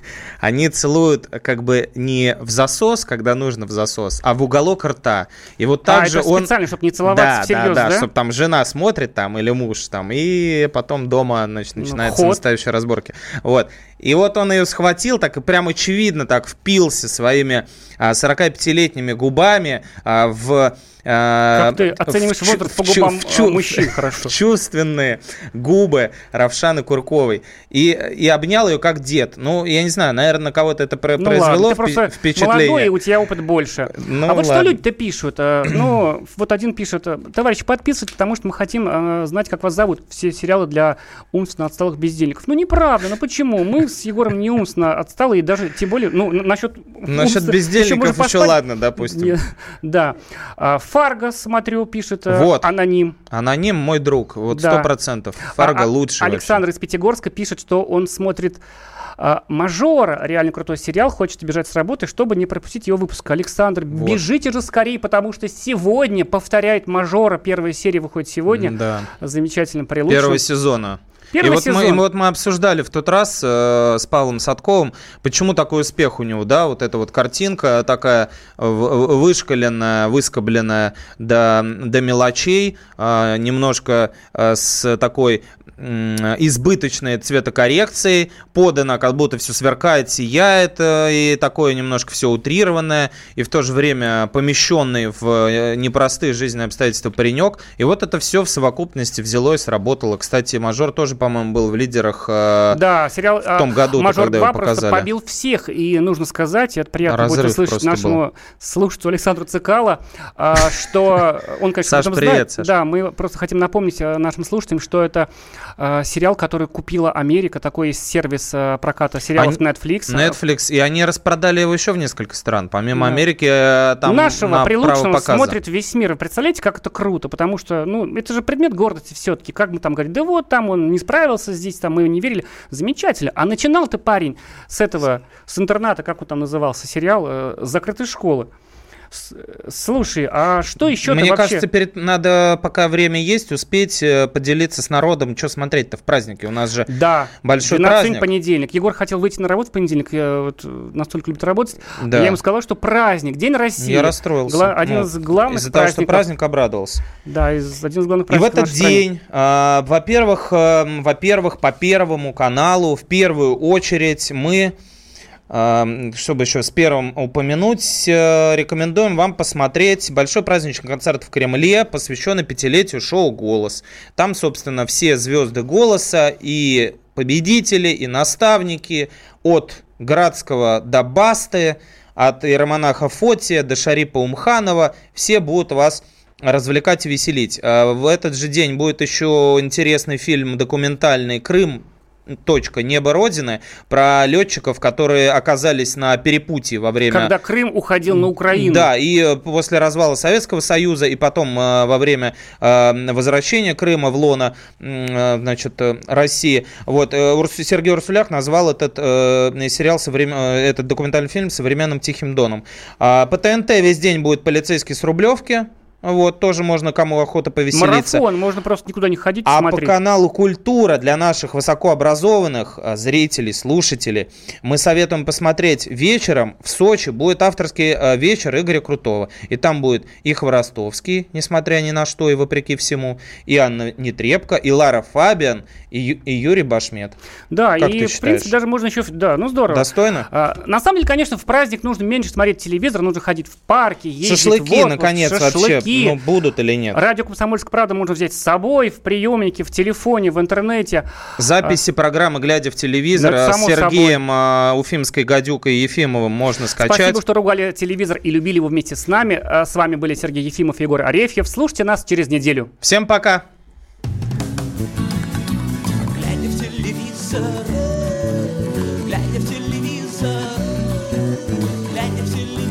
Speaker 3: они целуют как бы не в засос, когда нужно в засос, а в уголок рта. И вот так
Speaker 2: а,
Speaker 3: же
Speaker 2: это
Speaker 3: он...
Speaker 2: специально, чтобы не целоваться
Speaker 3: да,
Speaker 2: всерьез,
Speaker 3: да? Да,
Speaker 2: да?
Speaker 3: чтобы там жена смотрит там или муж там, и потом дома, значит, начинаются
Speaker 2: Ход.
Speaker 3: настоящие разборки. Вот. И вот он ее схватил, так и прям очевидно так впился своими а, сорокапятилетними губами а, в... А,
Speaker 2: как ты оцениваешь
Speaker 3: в,
Speaker 2: возраст по
Speaker 3: в,
Speaker 2: губам
Speaker 3: в, в,
Speaker 2: мужчин, хорошо.
Speaker 3: Чувственные губы Равшаны Курковой. И, и обнял ее как дед. Ну, я не знаю, наверное, на кого-то это про-
Speaker 2: ну,
Speaker 3: произвело
Speaker 2: ладно, ты
Speaker 3: впе- впечатление.
Speaker 2: молодой, и у тебя опыт больше.
Speaker 3: Ну,
Speaker 2: а вот
Speaker 3: ладно.
Speaker 2: что люди-то пишут? А, ну, вот один пишет: товарищи, подписывайтесь, потому что мы хотим а, знать, как вас зовут. Все сериалы для умственно отсталых бездельников. Ну, неправда, ну почему? Мы с Егором не умственно отсталые, и даже, тем более, ну, насчет...
Speaker 3: Насчет
Speaker 2: умственно...
Speaker 3: бездельников еще,
Speaker 2: еще
Speaker 3: ладно, допустим.
Speaker 2: Не, да. А, Фарго, смотрю, пишет
Speaker 3: Вот.
Speaker 2: аноним.
Speaker 3: Аноним мой друг, вот
Speaker 2: Да.
Speaker 3: сто процентов. Фарго
Speaker 2: А- а-
Speaker 3: лучший
Speaker 2: Александр из Пятигорска пишет, что он смотрит а, «Мажора», реально крутой сериал, хочет убежать с работы, чтобы не пропустить его выпуск. Александр,
Speaker 3: Вот.
Speaker 2: бежите же скорее, потому что сегодня повторяет «Мажора». Первая серия выходит сегодня.
Speaker 3: Да.
Speaker 2: Замечательно, при
Speaker 3: вообще.
Speaker 2: лучшем.
Speaker 3: Первого сезона.
Speaker 2: Первый
Speaker 3: и, вот
Speaker 2: сезон.
Speaker 3: мы, и вот мы обсуждали в тот раз э, с Павлом Садковым, почему такой успех у него, да, вот эта вот картинка такая в- вышкаленная, выскобленная до, до мелочей, э, немножко э, с такой м, избыточной цветокоррекцией, подано, как будто все сверкает, сияет, э, и такое немножко все утрированное, и в то же время помещенный в э, непростые жизненные обстоятельства паренек, и вот это все в совокупности взялось, сработало. Кстати, «Мажор» тоже, по-моему, был в лидерах э,
Speaker 2: Да, сериал
Speaker 3: в том году,
Speaker 2: «Мажор
Speaker 3: когда
Speaker 2: два»
Speaker 3: его
Speaker 2: просто
Speaker 3: показали.
Speaker 2: побил всех. И нужно сказать, это приятно
Speaker 3: Разрыв
Speaker 2: будет услышать
Speaker 3: просто
Speaker 2: нашему
Speaker 3: был.
Speaker 2: слушателю Александру Цикало, а, что он, конечно,
Speaker 3: Саш,
Speaker 2: об этом
Speaker 3: привет,
Speaker 2: знает.
Speaker 3: Саш.
Speaker 2: Да, мы просто хотим напомнить а, нашим слушателям, что это а, сериал, который купила Америка, такой сервис а, проката сериалов
Speaker 3: Они-
Speaker 2: Netflix.
Speaker 3: Netflix, и они распродали его еще в несколько стран. Помимо
Speaker 2: Да.
Speaker 3: Америки, э, там
Speaker 2: Нашего
Speaker 3: на право
Speaker 2: прилучного
Speaker 3: показа.
Speaker 2: смотрит весь мир. Вы представляете, как это круто? Потому что, ну, это же предмет гордости все-таки. Как мы там говорим, да вот там он не справился здесь, там мы не верили. Замечательно. А начинал ты, парень, с этого, с интерната, как он там назывался, сериал э, с закрытой школы. С- Слушай, а что еще
Speaker 3: Мне
Speaker 2: ты вообще...
Speaker 3: кажется, перед... надо, пока время есть, успеть э, поделиться с народом, что смотреть-то в празднике. У нас же
Speaker 2: Да,
Speaker 3: большой
Speaker 2: двенадцатый
Speaker 3: праздник.
Speaker 2: понедельник. Егор хотел выйти на работу в понедельник, я вот настолько любит работать.
Speaker 3: Да.
Speaker 2: Я ему сказал, что праздник, День России.
Speaker 3: Я расстроился.
Speaker 2: Гла- Один
Speaker 3: Ну,
Speaker 2: из главных
Speaker 3: Из-за того, что
Speaker 2: праздников.
Speaker 3: праздник обрадовался.
Speaker 2: Да, из, один из главных
Speaker 3: И в
Speaker 2: праздников
Speaker 3: этот
Speaker 2: нашей страны.
Speaker 3: день, э, во-первых, э, во-первых, по Первому каналу, в первую очередь мы, э, чтобы еще с первым упомянуть, э, рекомендуем вам посмотреть большой праздничный концерт в Кремле, посвященный пятилетию шоу «Голос». Там, собственно, все звезды «Голоса» и победители, и наставники от Градского до Басты, от иеромонаха Фотия до Шарипа Умханова, все будут вас развлекать и веселить. А в этот же день будет еще интересный фильм документальный «Крым. Точка. Небо Родины» про летчиков, которые оказались на перепутье во время...
Speaker 2: Когда Крым уходил на Украину.
Speaker 3: Да, и после развала Советского Союза, и потом э, во время э, возвращения Крыма в лоно э, значит, э, России. Вот, э, Урс- Сергей Урсуляк назвал этот э, сериал, соврем... э, этот документальный фильм «Современным Тихим Доном». А по ТНТ весь день будет «Полицейский с Рублевки». Вот, тоже можно, кому охота повеселиться.
Speaker 2: Марафон, можно просто никуда не ходить,
Speaker 3: А
Speaker 2: смотреть.
Speaker 3: по каналу «Культура» для наших высокообразованных а, зрителей, слушателей мы советуем посмотреть вечером в Сочи. Будет авторский а, вечер Игоря Крутого. И там будет и Хворостовский, несмотря ни на что и вопреки всему, и Анна Нетребко, и Лара Фабиан, и, Ю- и Юрий Башмет.
Speaker 2: Да,
Speaker 3: Как
Speaker 2: и
Speaker 3: ты
Speaker 2: в
Speaker 3: считаешь?
Speaker 2: принципе даже можно еще... Да, ну здорово.
Speaker 3: Достойно?
Speaker 2: А, на самом деле, конечно, в праздник нужно меньше смотреть телевизор, нужно ходить в парки, ездить
Speaker 3: Шашлыки,
Speaker 2: в отпуск,
Speaker 3: наконец,
Speaker 2: шашлыки.
Speaker 3: вообще, ну, будут или нет?
Speaker 2: Радио «Комсомольская правда» можно взять с собой, в приемнике, в телефоне, в интернете.
Speaker 3: Записи программы «Глядя в телевизор»
Speaker 2: Да,
Speaker 3: с
Speaker 2: само
Speaker 3: Сергеем а, Уфимской, Гадюкой и Ефимовым можно скачать.
Speaker 2: Спасибо, что ругали телевизор и любили его вместе с нами. А с вами были Сергей Ефимов и Егор Арефьев. Слушайте нас через неделю.
Speaker 3: Всем пока!
Speaker 1: Глядя в телевизор, глядя в телевизор, глядя в телевизор.